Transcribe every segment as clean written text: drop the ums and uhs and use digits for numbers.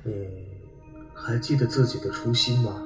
你还记得自己的初心吗？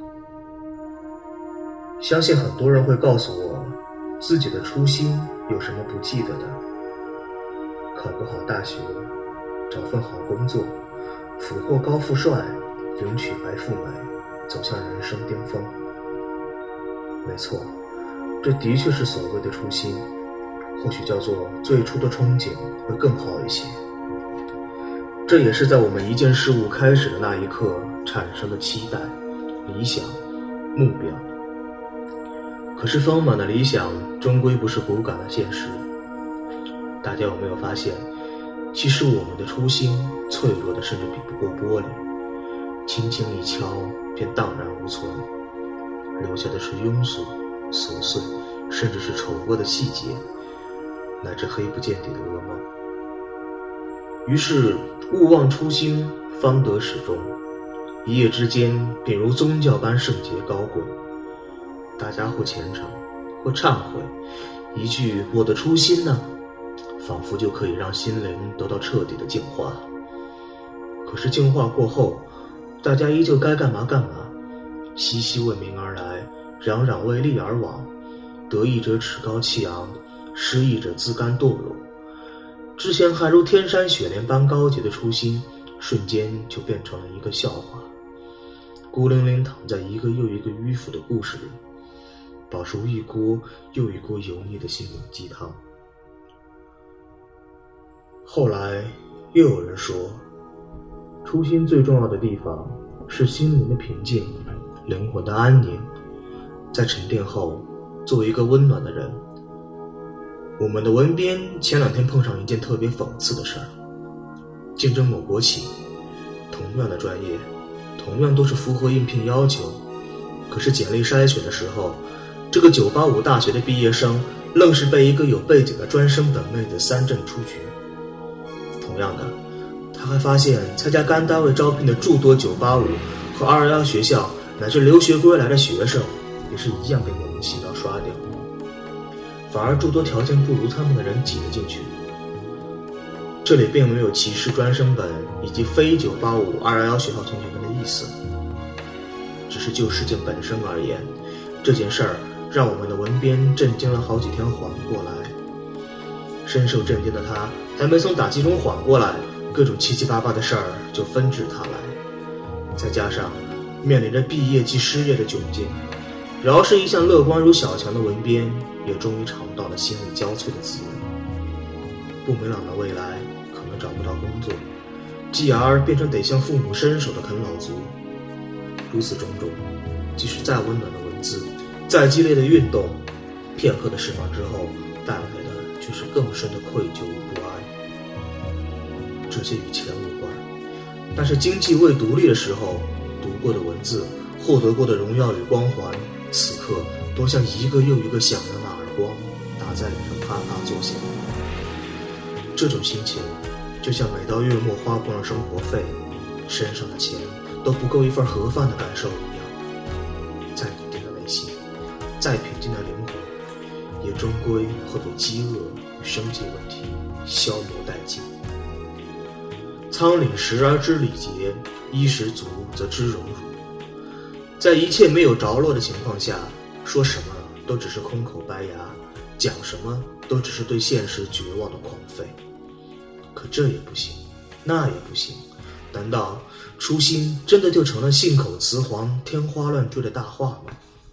相信很多人会告诉我，自己的初心有什么不记得的？考个好大学，找份好工作，俘获高富帅，迎娶白富美，走向人生巅峰。没错，这的确是所谓的初心，或许叫做最初的憧憬会更好一些。这也是在我们一件事物开始的那一刻产生的期待、理想、目标。可是丰满的理想终归不是骨感的现实。大家有没有发现，其实我们的初心脆弱的甚至比不过玻璃，轻轻一敲便荡然无存，留下的是庸俗、琐碎，甚至是丑恶的细节，乃至黑不见底的噩梦。于是勿忘初心，方得始终，一夜之间便如宗教般圣洁高贵。大家或虔诚，或忏悔，一句我的初心呢，仿佛就可以让心灵得到彻底的净化。可是净化过后，大家依旧该干嘛干嘛，熙熙为名而来，攘攘为利而往，得意者趾高气昂，失意者自甘堕落。之前还如天山雪莲般高洁的初心，瞬间就变成了一个笑话，孤零零躺在一个又一个迂腐的故事里，饱出一锅又一锅油腻的心灵鸡汤。后来又有人说，初心最重要的地方是心灵的平静，灵魂的安宁，在沉淀后做一个温暖的人。我们的文编前2天碰上一件特别讽刺的事儿，竞争某国企，同样的专业，同样都是符合应聘要求，可是简历筛选的时候，这个985大学的毕业生愣是被一个有背景的专升本妹子3阵出局。同样的，他还发现参加干单位招聘的诸多985和221学校乃至留学归来的学生，也是一样被莫名其妙刷掉，反而诸多条件不如他们的人挤了进去。这里并没有歧视专升本以及非985、211学校同学们的意思，只是就事件本身而言，这件事儿让我们的文编震惊了好几天缓不过来。深受震惊的他还没从打击中缓过来，各种七七八八的事儿就纷至沓来，再加上面临着毕业即失业的窘境，饶是一向乐观如小强的文编，也终于尝到了心力交瘁的滋味。不明朗的未来，可能找不到工作，继而变成得向父母伸手的啃老族。如此种种，即使再温暖的文字，再激烈的运动，片刻的释放之后，带来的却是更深的愧疚与不安。这些与钱无关，但是经济未独立的时候读过的文字，获得过的荣耀与光环，此刻都像一个又一个响亮的耳光，打在脸上啪啪作响。这种心情就像每到月末花光了生活费，身上的钱都不够一份盒饭的感受一样。再笃定的内心，再平静的灵魂，也终归会被饥饿与生计问题消磨殆尽。仓廪实而知礼节，衣食足则知荣辱。在一切没有着落的情况下，说什么都只是空口白牙，讲什么都只是对现实绝望的狂吠。可这也不行，那也不行，难道初心真的就成了信口雌黄、天花乱坠的大话吗？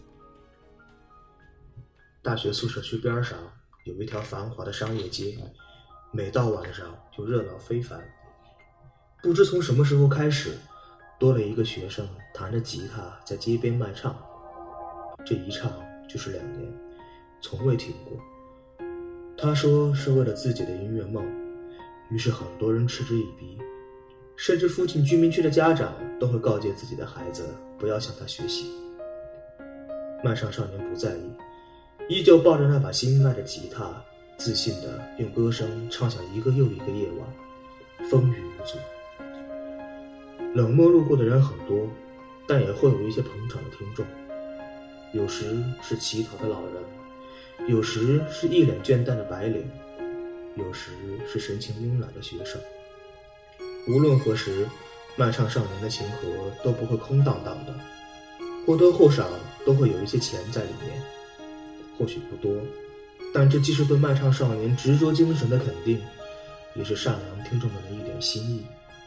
大学宿舍区边上有一条繁华的商业街，每到晚上就热闹非凡。不知从什么时候开始，多了一个学生弹着吉他在街边卖唱，这一唱就是2年，从未停过。他说是为了自己的音乐梦，于是很多人嗤之以鼻，甚至附近居民区的家长都会告诫自己的孩子不要向他学习。漫上少年不在意，依旧抱着那把心爱的吉他，自信地用歌声唱响一个又一个夜晚，风雨无阻。冷漠路过的人很多，但也会有一些捧场的听众，有时是乞讨的老人，有时是一脸倦怠的白领，有时是神情慵懒的学生。无论何时， 漫唱少年的情河都不会空荡荡的，或多或少都会有一些钱在里面，或许不多，但这既是对漫唱少年执着精神的肯定，也是善良听众们的一点心意。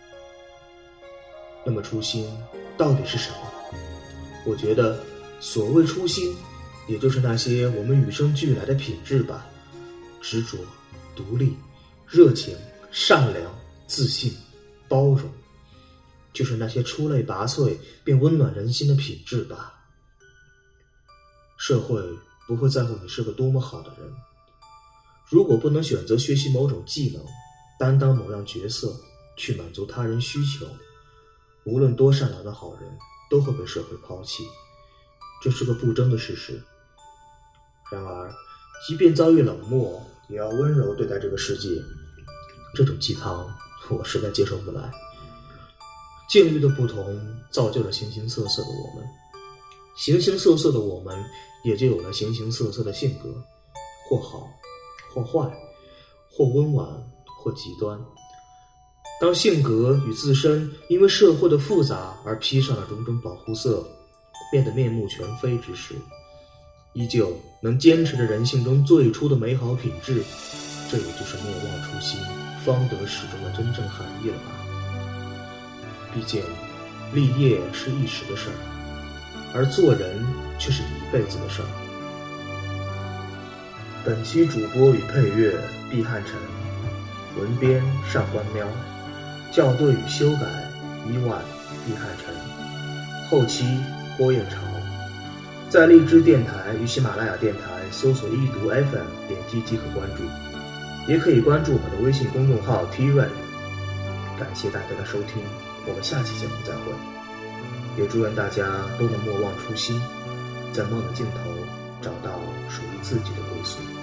那么初心到底是什么？我觉得所谓初心，也就是那些我们与生俱来的品质吧，执着、独立、热情、善良、自信、包容，就是那些出类拔萃并温暖人心的品质吧。社会不会在乎你是个多么好的人，如果不能选择学习某种技能，担当某样角色，去满足他人需求，无论多善良的好人都会被社会抛弃，这是个不争的事实。然而即便遭遇冷漠，也要温柔对待这个世界，这种鸡汤我实在接受不来。境遇的不同造就了形形色色的我们，形形色色的我们也就有了形形色色的性格，或好或坏，或温婉或极端。当性格与自身因为社会的复杂而披上了种种保护色，变得面目全非之时，依旧能坚持着人性中最初的美好品质，这也就是莫忘初心，方得始终的真正含义了吧。毕竟立业是一时的事儿，而做人却是一辈子的事儿。本期主播与配乐毕汉臣，文编上官喵，校对与修改伊万毕汉臣，后期郭彦潮。在荔枝电台与喜马拉雅电台搜索一读 FM 点击即可关注，也可以关注我们的微信公众号 T-Rain。 感谢大家的收听，我们下期节目再会。也祝愿大家都能莫忘初心，在梦的尽头找到属于自己的归宿。